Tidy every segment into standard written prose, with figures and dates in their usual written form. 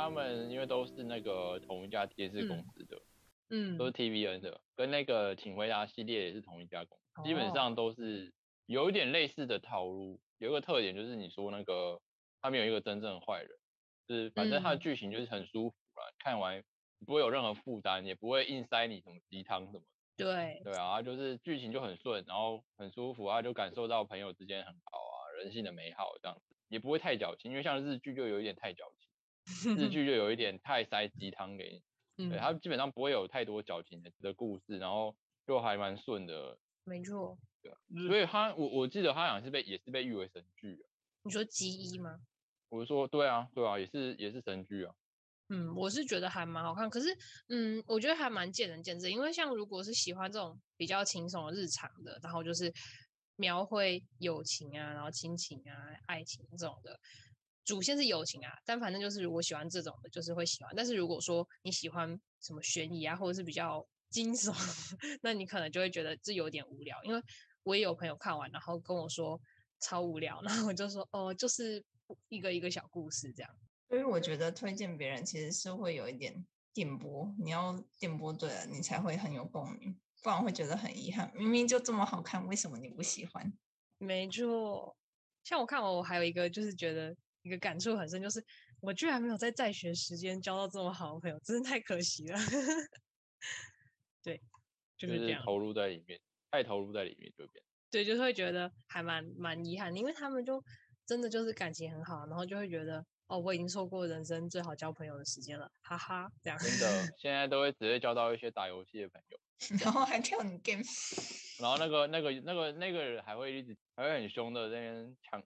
他们因为都是那个同一家电视公司的，都是 TVN 的，跟那个请回答系列也是同一家公司，基本上都是有一点类似的套路。有一个特点就是你说那个他们有一个真正的坏人，就是反正他的剧情就是很舒服啦，看完不会有任何负担，也不会硬塞你什么鸡汤什么。对啊，就是剧情就很顺，然后很舒服啊，就感受到朋友之间很好啊，人性的美好这样子，也不会太矫情，因为像日剧就有一点太矫情，日剧就有一点太塞鸡汤给你，对，它基本上不会有太多矫情的故事，然后就还蛮顺的， 没错， 对啊，所以我记得他好像也是被誉为神剧啊。 你说基一吗？ 我说对啊，也是神剧啊。 我是觉得还蛮好看，可是我觉得还蛮见仁见智，因为像如果是喜欢这种比较轻松的日常的，然后就是描绘友情啊，然后亲情啊、爱情这种的，主线是友情啊，但反正就是如果喜欢这种的，就是会喜欢。但是如果说你喜欢什么悬疑啊，或者是比较惊悚，那你可能就会觉得这有点无聊。因为我也有朋友看完，然后跟我说超无聊，然后我就说哦，就是一个一个小故事这样。 所以我觉得推荐别人其实是会有一点电波，你要电波对了，你才会很有共鸣，不然会觉得很遗憾。明明就这么好看，为什么你不喜欢？ 没错，像我看完，我还有一个就是觉得一个感触很深，就是我居然没有在学时间交到这么好的朋友，真是太可惜了。对，就就是这样。 是投入在里面，太投入在里面就变。 对，就是会觉得还蛮遗憾，因为他们就真的就是感情很好，然后就会觉得哦，我已经错过人生最好交朋友的时间了，哈哈，这样。 真的，现在都会直接交到一些打游戏的朋友， 然后还跳你 game， 然后那个人还会很凶的在那边抢。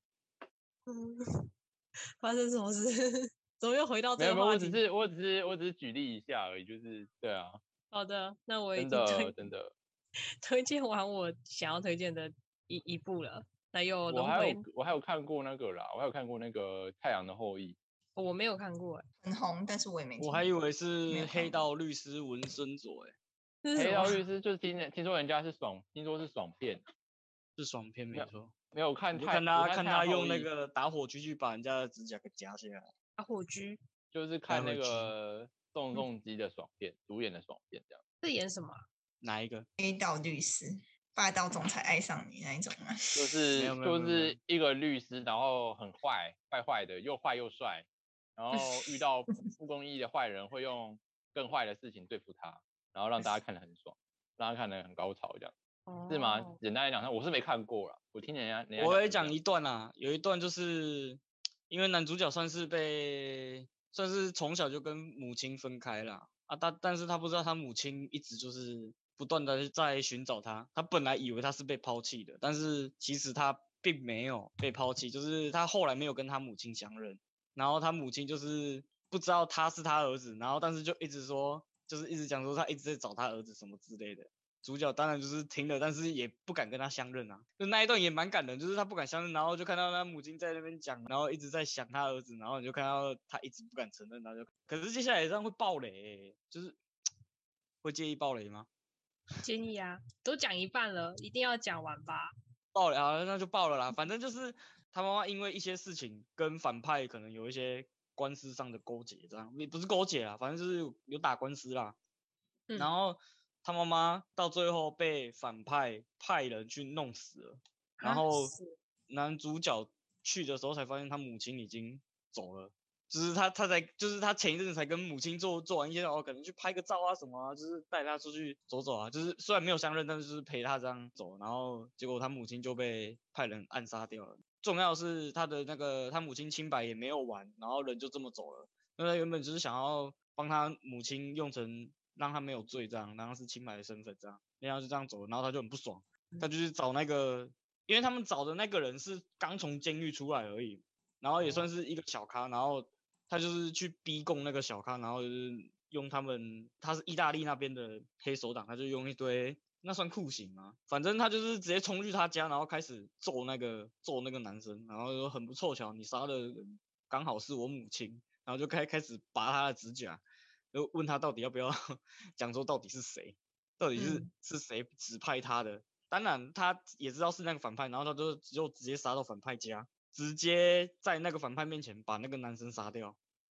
发生什么事？怎么又回到这没有没有， 个话题？ 我只是举例一下而已，就是对啊， 好的，那我已真经的， 推荐完我想要推荐的一部了。那又我还有轮回， 我还有看过那个啦，我还有看过那个《太阳的后裔》。 我没有看过， 很红，但是我也没听过。 我还以为没是有看过黑道律师文森佐， 黑这是什么？ 道律师就是听说人家是听说是爽片， 是爽片没错。 没有看我太看他用那个个打火机去把人家的指甲给夹下来， 打火狙就是看那个宋仲基的爽片，主演的爽片这样。 在演什么啊？ 哪一个？ 黑道律师，霸道总裁爱上你那一种吗？ 就是一个律师，然后很坏的，又坏又帅，然后遇到不公义的坏人，会用更坏的事情对付他，然后让大家看得很爽，让他看得很高潮这样。是吗？简单来讲，我是没看过啦，我听人家我会讲一段啦，有一段就是因为男主角算是从小就跟母亲分开啦啊，但是他不知道他母亲一直就是不断的在寻找他，他本来以为他是被抛弃的，但是其实他并没有被抛弃，就是他后来没有跟他母亲相认，然后他母亲就是不知道他是他儿子，然后但是就一直说，就是一直讲说他一直在找他儿子什么之类的。主角当然就是听了，但是也不敢跟他相认啊。就那一段也蛮感人，就是他不敢相认，然后就看到他母亲在那边讲，然后一直在想他儿子，然后你就看到他一直不敢承认，然后就可是接下来这样会爆雷，就是会介意爆雷吗？ 建议啊，都讲一半了，一定要讲完吧。 爆雷啊，那就爆了啦。反正就是他妈妈因为一些事情跟反派可能有一些官司上的勾结，这样也不是勾结啦，反正就是有打官司啦。然后他妈妈到最后被反派派人去弄死了，然后男主角去的时候才发现他母亲已经走了，就是他前一阵子才跟母亲做完一些可能去拍个照啊什么啊，就是带他出去走走啊，就是虽然没有相认，但是就是陪他这样走，然后结果他母亲就被派人暗杀掉了。重要的是他母亲清白也没有完，然后人就这么走了。那他原本只是想要帮他母亲用成让他没有罪这样，然后是清白的身份这样，然后就这样走了，然后他就很不爽，他就去找那个，因为他们找的那个人是刚从监狱出来而已，然后也算是一个小咖，然后他就是去逼供那个小咖，然后就是用他是意大利那边的黑手党，他就用一堆那算酷刑吗？反正他就是直接冲去他家，然后开始揍那个男生，然后说很不凑巧，你杀的人刚好是我母亲，然后就开始拔他的指甲，就问他到底要不要讲说到底是谁，到底是谁指派他的？当然他也知道是那个反派，然后他就直接杀到反派家，直接在那个反派面前把那个男生杀掉。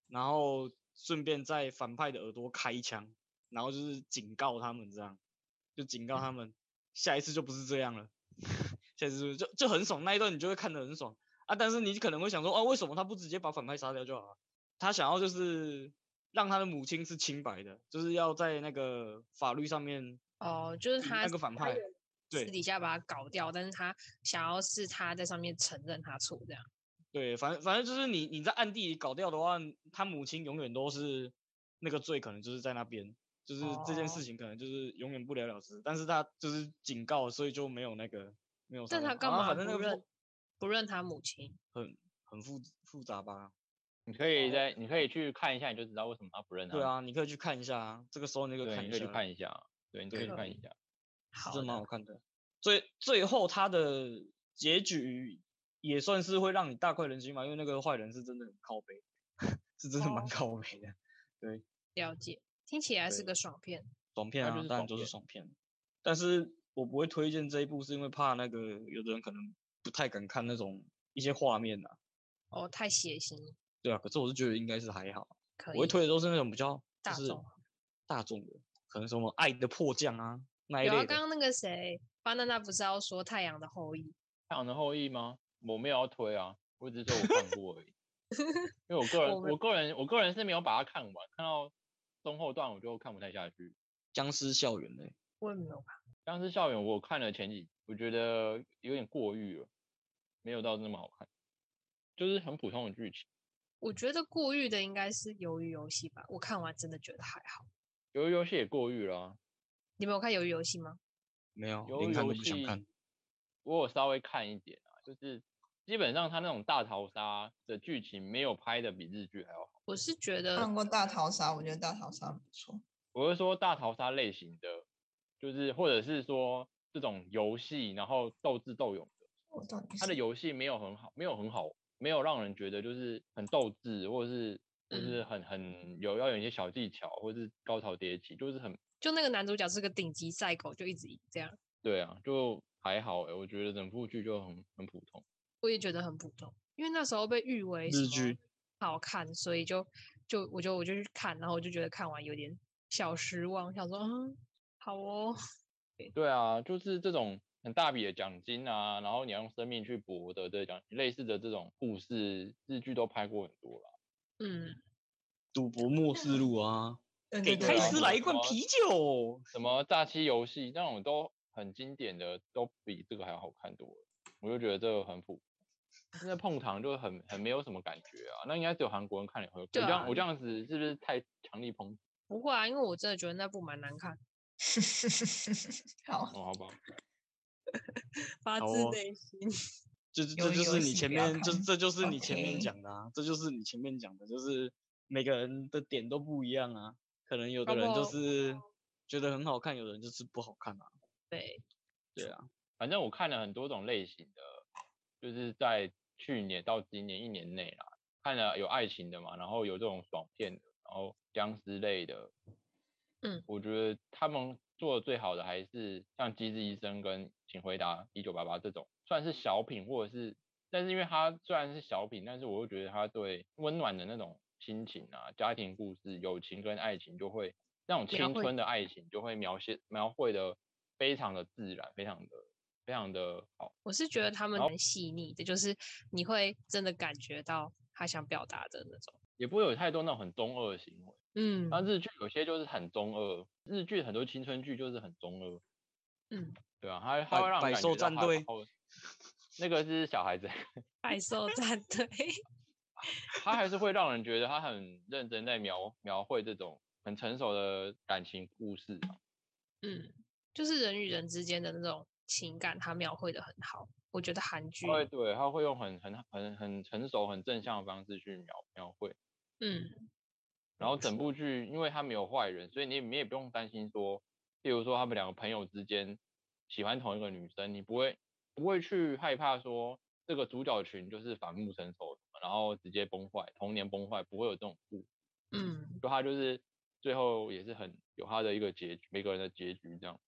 然后顺便在反派的耳朵开一枪，然后就是警告他们这样，就警告他们下一次就不是这样了，下一次就很爽，那一段你就会看得很爽啊。但是你可能会想说，哦，为什么他不直接把反派杀掉就好了？他想要就是让他的母亲是清白的，就是要在那个法律上面就是他那个反派私底下把他搞掉，但是他想要是他在上面承认他错这样。 对，反正就是你在暗地里搞掉的话，他母亲永远都是那个罪，可能就是在那边，就是这件事情可能就是永远不了了之。但是他就是警告，所以就没有那个没有。 但他干嘛不认他母亲？ 很复杂吧？ 你可以去看一下，你就知道为什么他不认他。 对啊，你可以去看一下啊，这个时候你就看一下。 对，你可以去看一下。对，你可以去看一下。 好， 真蛮好看的。最后他的结局也算是会让你大快人心嘛，因为那个坏人是真的很靠北，是真的蛮靠北的。对， 了解，听起来是个爽片。 爽片啊，当然就是爽片。但是我不会推荐这一部，是因为怕那个有的人可能不太敢看那种一些画面啊。 太血腥。 对啊，可是我是觉得应该是还好。 我会推的都是那种比较就是大众的，可能什么《爱的迫降》啊那一类的。 有啊，刚刚那个谁，巴娜娜不是要说《太阳的后裔》？ 太阳的后裔吗？我没有要推啊，我只是说我看过而已。因为我个人是没有把它看完，看到中后段我就看不太下去。 僵尸校园嘞， 我也没有看。 僵尸校园我看了前几，我觉得有点过誉了，没有到那么好看，就是很普通的剧情。 我觉得过誉的应该是鱿鱼游戏吧，我看完真的觉得还好。 鱿鱼游戏也过誉了啊。 你们有看鱿鱼游戏吗？ 没有， 鱿鱼游戏我有稍微看一点啊，就是基本上他那种大逃杀的剧情没有拍的比日剧还要好。 我是觉得看过大逃杀，我觉得大逃杀不错。 我是说大逃杀类型的，就是或者是说这种游戏，然后斗智斗勇的，他的游戏没有很好，没有让人觉得就是很斗智，或者是很要有一些小技巧，或者是高潮迭起，就那个男主角是个顶级赛狗，就一直赢这样。 对啊，就还好我觉得整部剧就很普通。 我也觉得很普通，因为那时候被誉为日剧好看，所以我就去看，然后我就觉得看完有点小失望，想说好哦。 对啊，就是这种很大笔的奖金啊，然后你要用生命去搏的这奖类似的这种故事，日剧都拍过很多了。 赌博默示录啊，给泰斯来一罐啤酒， 什么诈欺游戏那种都很经典的，都比这个还要好看多了。我就觉得这个很普，现在碰糖就很没有什么感觉啊。那应该只有韩国人看也会。我这样子是不是太强力抨击？ 不会啊，因为我真的觉得那部蛮难看。 好， 好吧。 发自内心。 这就是你前面这就是你前面讲的啊，这就是你前面讲的，就是每个人的点都不一样啊。可能有的人就是觉得很好看，有的人就是不好看啊。对啊， 反正我看了很多种类型的，就是在去年到今年1年内啦，看了有爱情的嘛，然后有这种爽片的，然后僵尸类的。我觉得他们做的最好的还是像《机智医生》跟《请回答1988》这种，算是小品，但是因为它虽然是小品，但是我又觉得它对温暖的那种亲情啊、家庭故事、友情跟爱情就会那种青春的爱情就会描绘的非常的自然，非常的好。 我是觉得他们很细腻的，就是你会真的感觉到他想表达的那种， 也不会有太多那种很中二的行为。但日剧有些就是很中二，日剧很多青春剧就是很中二。对啊，它会让百兽战队， 那个是小孩子。 百兽战队， 他还是会让人觉得他很认真在描绘这种很成熟的感情故事。 就是人与人之间的那种情感，他描绘的很好。我觉得韩剧对，他会用很成熟、很正向的方式去描绘。然后整部剧，因为他没有坏人，所以你也不用担心说，例如说他们2个朋友之间喜欢同一个女生，你不会去害怕说这个主角群就是反目成仇，然后直接崩坏，童年崩坏，不会有这种故事。就他就是最后也是很有他的一个结局，每个人的结局这样。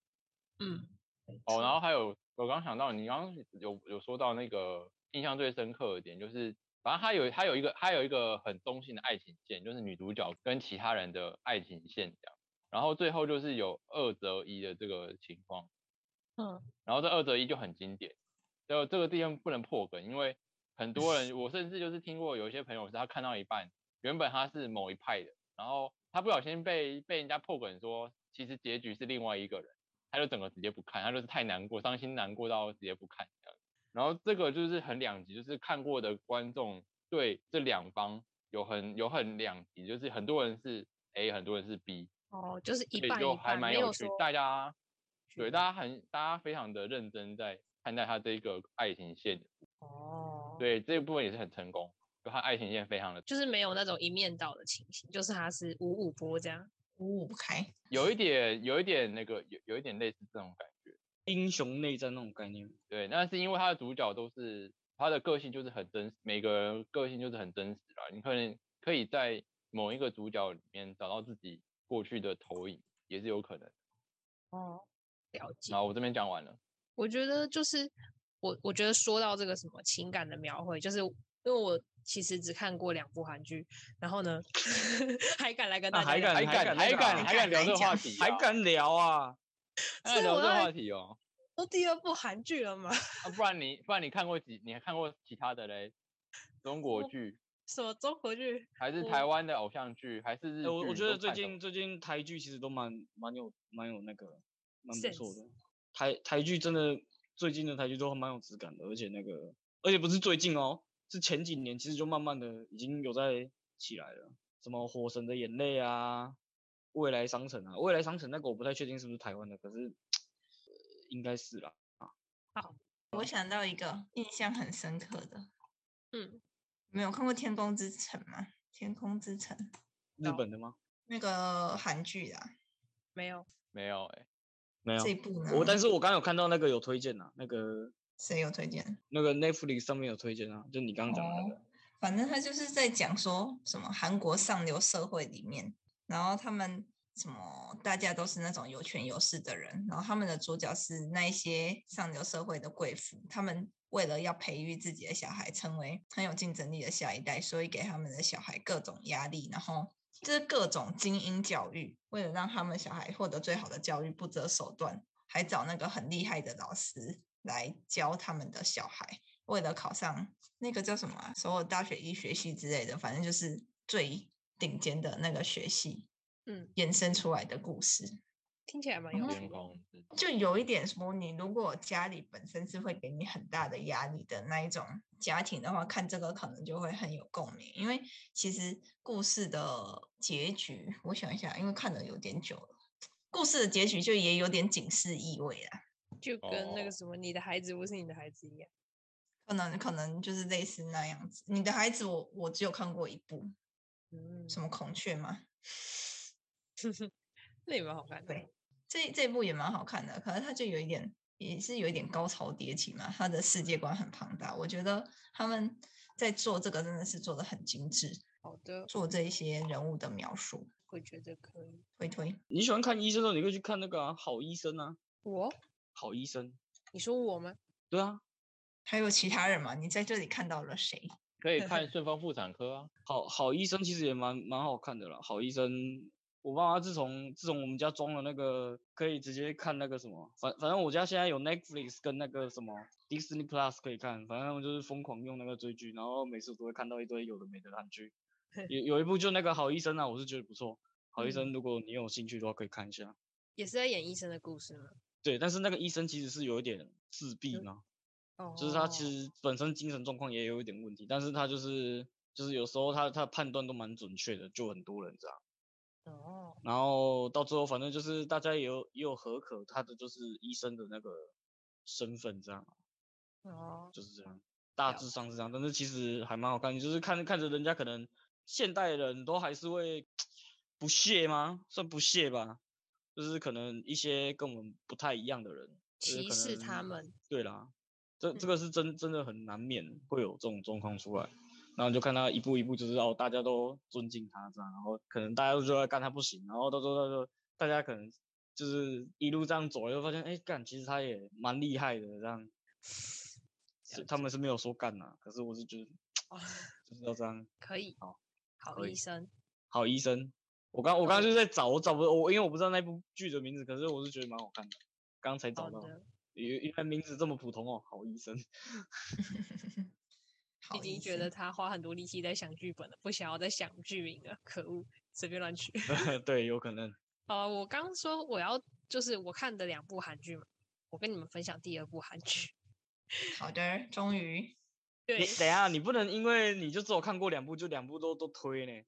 然后还有我刚想到，你刚刚有说到那个印象最深刻的点，就是反正它有一个很中性的爱情线，就是女主角跟其他人的爱情线这样。然后最后就是有2择1的这个情况。然后这2择1就很经典，就这个地方不能破梗，因为很多人，我甚至就是听过有一些朋友是他看到一半，原本他是某一派的，然后他不小心被人家破梗说，其实结局是另外一个人，他就整个直接不看，他就是太难过，伤心难过到直接不看这样。然后这个就是很两极，就是看过的观众对这两方有很两极，就是很多人是 A， 很多人是 B。 就是一半就还蛮有趣，大家非常的认真在看待他这个爱情线。对，这一部分也是很成功，就他爱情线非常的， 就是没有那种一面倒的情形，就是他是五五波这样， 五五不开， 有一点那个有一点类似这种感觉， 英雄内战那种概念。 对，那是因为他的主角都是他的个性就是很真实，每个人个性就是很真实啦，你可能可以在某一个主角里面找到自己过去的投影，也是有可能。 了解。 好，我这边讲完了。 我觉得就是我觉得说到这个什么情感的描绘，就是因为我其实只看过2部韩剧，然后呢还敢来跟大家聊， 还敢聊这个话题， 还敢聊啊？ 还敢聊这个话题哦？ 都第2部韩剧了嘛？ 不然你看过你还看过其他的嘞？中国剧？ 什么中国剧？ 还是台湾的偶像剧？还是日剧？ 我觉得最近台剧其实都蛮有那个蛮不错的。台剧真的最近的台剧都蛮有质感的，而且不是最近哦，是前几年其实就慢慢的已经有在起来了。什么火神的眼泪啊，未来商城啊，未来商城那个我不太确定是不是台湾的，可是应该是啦。 好， 我想到一个印象很深刻的，没有看过《天空之城》吗？天空之城， 日本的吗？ 那个韩剧啊， 没有没有没有这部呢？ 但是我刚刚有看到那个有推荐啊，那个谁有推荐？ 那个 Netflix 上面有推荐啊，就你刚刚讲的那个。 反正他就是在讲说什么韩国上流社会里面，然后他们什么大家都是那种有权有势的人，然后他们的主角是那一些上流社会的贵妇，他们为了要培育自己的小孩成为很有竞争力的下一代，所以给他们的小孩各种压力，然后就是各种精英教育，为了让他们小孩获得最好的教育，不择手段，还找那个很厉害的老师来教他们的小孩。为了考上那个叫什么首尔大学医学系之类的，反正就是最顶尖的那个学系，延伸出来的故事， 听起来蛮有趣的。 就有一点说，你如果家里本身是会给你很大的压力的那一种家庭的话，看这个可能就会很有共鸣。因为其实故事的结局，我想一下，因为看了有点久了，故事的结局就也有点警示意味啦， 就跟那个什么你的孩子不是你的孩子一样。 可能就是类似那样子。你的孩子我只有看过一部，什么孔雀吗？ 那也蛮好看的。 对，这部也蛮好看的，可是它就也是有一点高潮迭起嘛，它的世界观很庞大。我觉得他们在做这个真的是做的很精致。 好的， 做这一些人物的描述， 我觉得可以。 推。 你喜欢看医生的，你可以去看那个好医生啊。 我？ 好医生？ 你说我吗？ 对啊。 还有其他人吗？你在这里看到了谁？ 可以看顺丰妇产科啊。 好医生其实也蛮好看的啦。好医生，我爸妈自从我们家装了那个可以直接看那个什么，反正我家现在有 Netflix 跟那个什么 Disney Plus 可以看，反正就是疯狂用那个追剧，然后每次都会看到一堆有的没的韩剧。有一部就那个好医生啊，我是觉得不错。好医生，如果你有兴趣的话，可以看一下。 也是在演医生的故事吗？ 对，但是那个医生其实是有一点自闭嘛。就是他其实本身精神状况也有一点问题，但是他就是有时候他判断都蛮准确的，就很多人这样。然后到最后反正就是大家也有合可他的就是医生的那个身份这样。就是这样，大致上是这样，但是其实还蛮好看，就是看着人家可能现代人都还是会不屑吗？算不屑吧，就是可能一些跟我们不太一样的人歧视他们。 对啦。这个是真的很难免会有这种状况出来，然后你就看他一步一步就知道大家都尊敬他这样，然后可能大家都觉得干他不行，然后到时候大家可能就是一路这样走，就发现干其实他也蛮厉害的这样，他们是没有说干啊，可是我是觉得就是要这样。 可以。好医生。 好医生。我刚刚就在找，我找不到，因为我不知道那部剧的名字，可是我是觉得蛮好看的，刚才找到。原来名字这么普通哦，好医生。 已经觉得他花很多力气在想剧本了，不想要再想剧名了，可恶，随便乱取。 对，有可能。 我刚说就是我看的2部韩剧嘛，我跟你们分享第2部韩剧。 好的，终于。 对， 你等一下，你不能因为你就只有看过2部，就2部都推呢。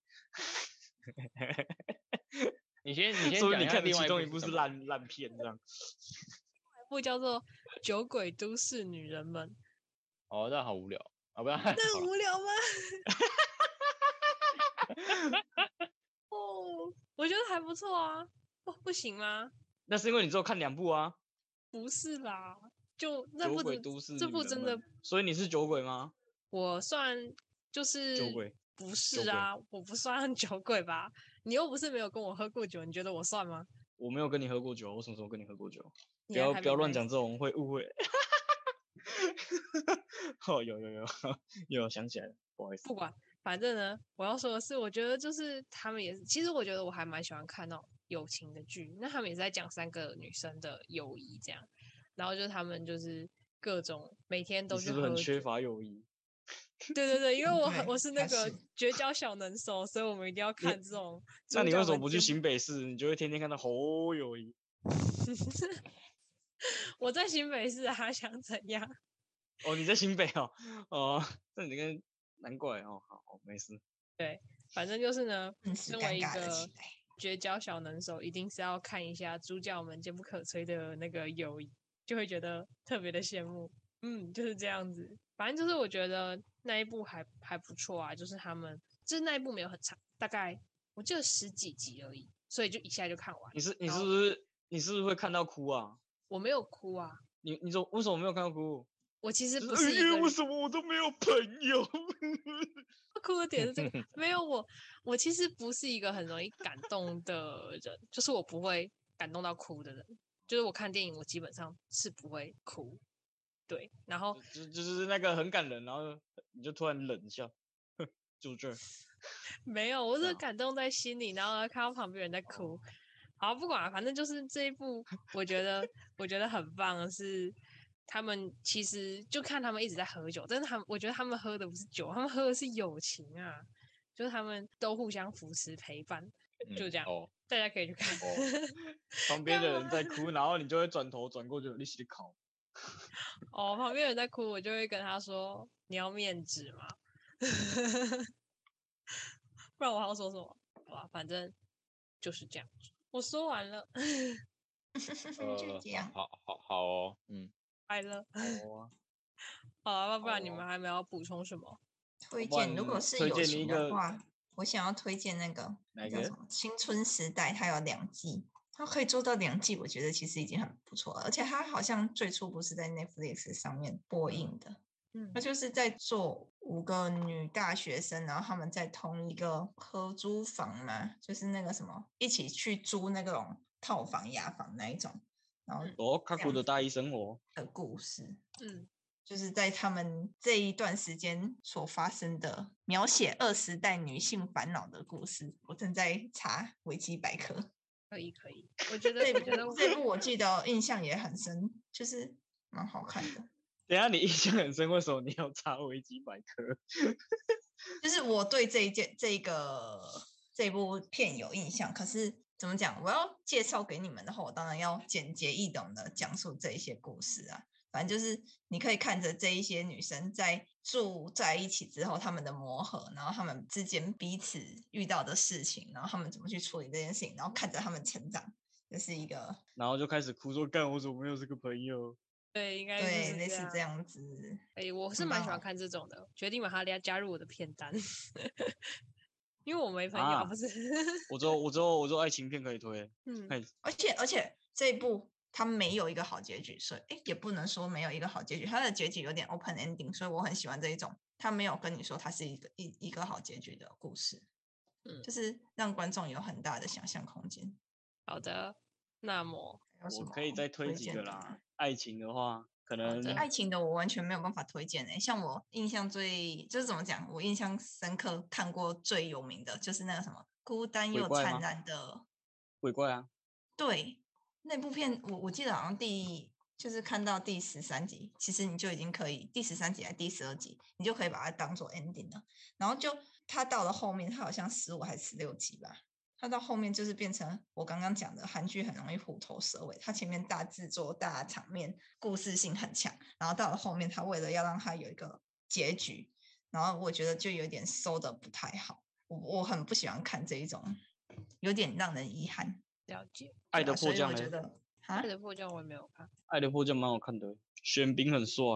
你先讲一下，你看的其中一部是烂片这样。 另外一部叫做《酒鬼都市女人们》。 哦，那好无聊啊！不要， 那很无聊吗？哦，我觉得还不错啊。不行吗？ 那是因为你只有看2部啊。 不是啦，就那部酒鬼都市这部真的。 所以你是酒鬼吗？ 我算就是酒鬼。 不是啊，我不算酒鬼吧？你又不是没有跟我喝过酒，你觉得我算吗？ 我没有跟你喝过酒，我什么时候跟你喝过酒？不要乱讲这种会误会。哦，有想起来了，不好意思。 不管，反正呢，我要说的是，我觉得就是他们也是，其实我觉得我还蛮喜欢看那种友情的剧，那他们也是在讲3个女生的友谊这样，然后就是他们就是各种每天都去喝酒。 你是不是很缺乏友谊？ 对，因为我是那个绝交小能手，所以我们一定要看这种。 那你为什么不去新北市？你就会天天看到好友谊。 我在新北市啊，想怎样？ 哦，你在新北哦。哦，那你跟难怪哦，好没事。 对，反正就是呢，身为一个绝交小能手，一定是要看一下主角们坚不可摧的那个友谊，就会觉得特别的羡慕。就是这样子。反正就是我觉得那一部还不错啊，就是他们就是那一部没有很长，大概我记得10几集而已，所以就一下就看完。 你是不是会看到哭啊？ 我没有哭啊。 你为什么没有看到哭？ 我其实不是一个为什么我都没有朋友？ 哭的点是这个。没有我其实不是一个很容易感动的人，就是我不会感动到哭的人，就是我看电影我基本上是不会哭。对，然后就是那个很感人，然后你就突然冷笑，就这儿。 没有，我是感动在心里，然后看到旁边人在哭。好，不管，反正就是这一部，我觉得很棒的是，他们其实就看他们一直在喝酒，但是我觉得他们喝的不是酒，他们喝的是友情啊，就是他们都互相扶持陪伴，就这样。大家可以去看。 旁边的人在哭，然后你就会转头转过去，你起考。 旁边人在哭，我就会跟他说：“你要面子吗？”不然我还要说什么？好吧，反正就是这样。我说完了。 就这样。 好哦， 快乐。 好啊，不然你们还没有补充什么推荐？如果是友情的话，我想要推荐那个叫什么《青春时代》，它有2季。它可以做到2季，我觉得其实已经很不错了。而且它好像最初不是在 Netflix 上面播映的，它就是在做5个女大学生，然后他们在同一个合租房嘛，就是那个什么一起去租那种套房、雅房那一种，然后卡苦的大一生活的故事，就是在他们这一段时间所发生的描写20代女性烦恼的故事。我正在查维基百科。 可以，我觉得这部我记得印象也很深，就是蛮好看的。 等一下你印象很深，为什么你要查维基百科？ 就是我对这部片有印象，可是怎么讲？我要介绍给你们的话，我当然要简洁易懂的讲述这一些故事啊。反正就是你可以看着这一些女生在住在一起之后，她们的磨合，然后她们之间彼此遇到的事情，然后她们怎么去处理这件事情，然后看着她们成长，就是一个， 然后就开始哭说：“干，我怎么没有这个朋友？” 对，应该对，类似这样子。 我是蛮喜欢看这种的，决定把它加入我的片单。因为我没朋友，不是。 我只有爱情片可以推。 而且这一部它没有一个好结局，所以也不能说没有一个好结局，它的结局有点 open ending，所以我很喜欢这一种，它没有跟你说它是一个好结局的故事，就是让观众有很大的想象空间。 好的，那么我可以再推几个啦。爱情的话， 可能爱情的我完全没有办法推荐像我印象就是怎么讲，我印象深刻看过最有名的就是那个什么孤单又灿烂的鬼怪啊。 对，那部片我记得好像就是看到第13集，其实你就已经可以第13集还是第12集，你就可以把它当做 ending 了。然后就它到了后面，它好像15还是16集吧。它到后面就是变成我刚刚讲的韩剧很容易虎头蛇尾，它前面大制作、大场面、故事性很强，然后到了后面，它为了要让它有一个结局，然后我觉得就有点收的不太好。我很不喜欢看这一种，有点让人遗憾。 了解。 爱的迫降， 我觉得爱的迫降我也没有看。 爱的迫降蛮好看的，玄彬很帅。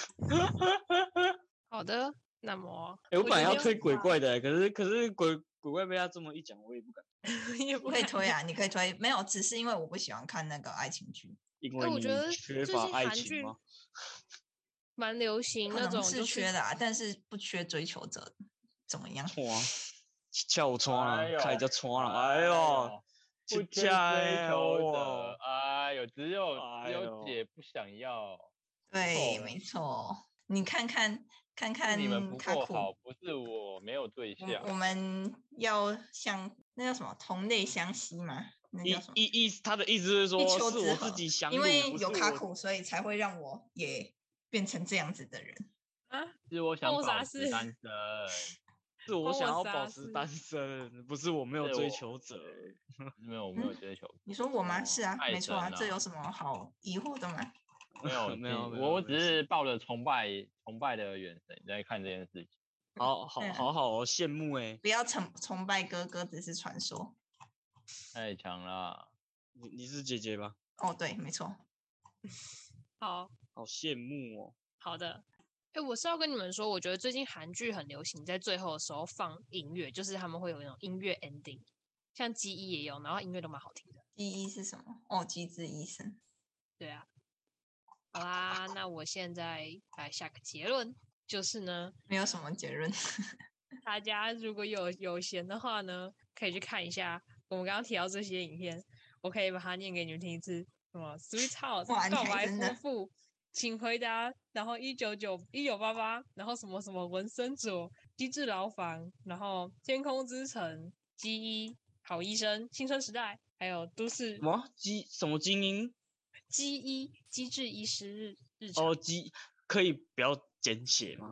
好的，那么我本来要推鬼怪的，可是鬼怪被他这么一讲，我也不敢。 也不可以推啊，你可以推，没有，只是因为我不喜欢看那个爱情剧， 因为我觉得缺乏爱情吗？ 蛮流行那种， 是缺的但是不缺追求者，怎么样？ 哇，叫穿了，开就穿了，哎呦， 不缺追求者，哎呦，只有姐不想要。 对，没错，你看看你们不够好，不是我没有对象。 我们要像那叫什么同类相吸嘛？ 他的意思是说，是我自己想， 因为有卡苦，所以才会让我也变成这样子的人啊。 是我想保持单身， 是我想要保持单身，不是我没有追求者。 没有，我没有追求。 你说我吗？是啊，没错啊，这有什么好疑惑的吗？ 没有，我只是抱着崇拜的眼神在看这件事情。 好羡慕不要崇拜哥哥，只是传说。 太强了， 你是姐姐吧？ 哦，对，没错。 好羡慕哦。 好的，我是要跟你们说，我觉得最近韩剧很流行，在最后的时候放音乐，就是他们会有那种音乐 ending， 像机一也有，然后音乐都蛮好听的。 机一是什么？哦，机智医生。 对啊。好啦，那我现在来下个结论，就是呢， 没有什么结论。 大家如果有闲的话呢，可以去看一下我们刚刚提到这些影片，我可以把它念给你们听一次。什么 Sweet House 告白夫妇，请回答，然后1988，然后什么什么文森佐，机智牢房，然后天空之城，机一，好医生，青春时代，还有都市什么精英？ 机智医师日常。 可以不要简写吗？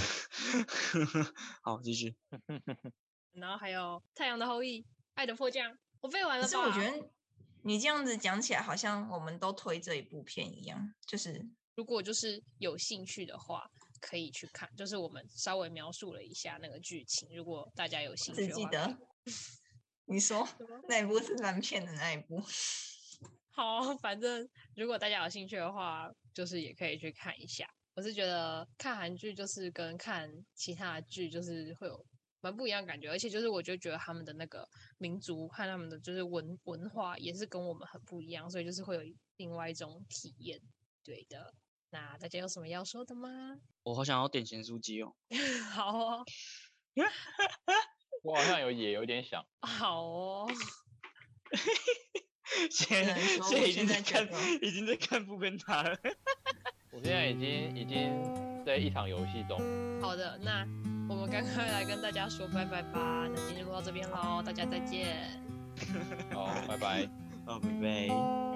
好，继续。 然后还有太阳的后裔、爱的迫降，我背完了吧？ 可是我觉得你这样子讲起来，好像我们都推这一部片一样。就是如果就是有兴趣的话，可以去看。就是我们稍微描述了一下那个剧情，如果大家有兴趣的话。 只记得你说那一部是烂片的那一部。 好，反正如果大家有兴趣的话，就是也可以去看一下。我是觉得看韩剧就是跟看其他的剧就是会有蛮不一样的感觉，而且就是我就觉得他们的那个民族和他们的就是文化也是跟我们很不一样，所以就是会有另外一种体验。对的，那大家有什么要说的吗？ 我好想要点咸酥鸡哦。 好哦。 我好像有点想。 好哦。 现在已经在看不跟他了。 我现在已经在一场游戏中。 好的，那我们赶快来跟大家说拜拜吧。那今天就到这边喽，大家再见。 好，拜拜。 好，拜拜。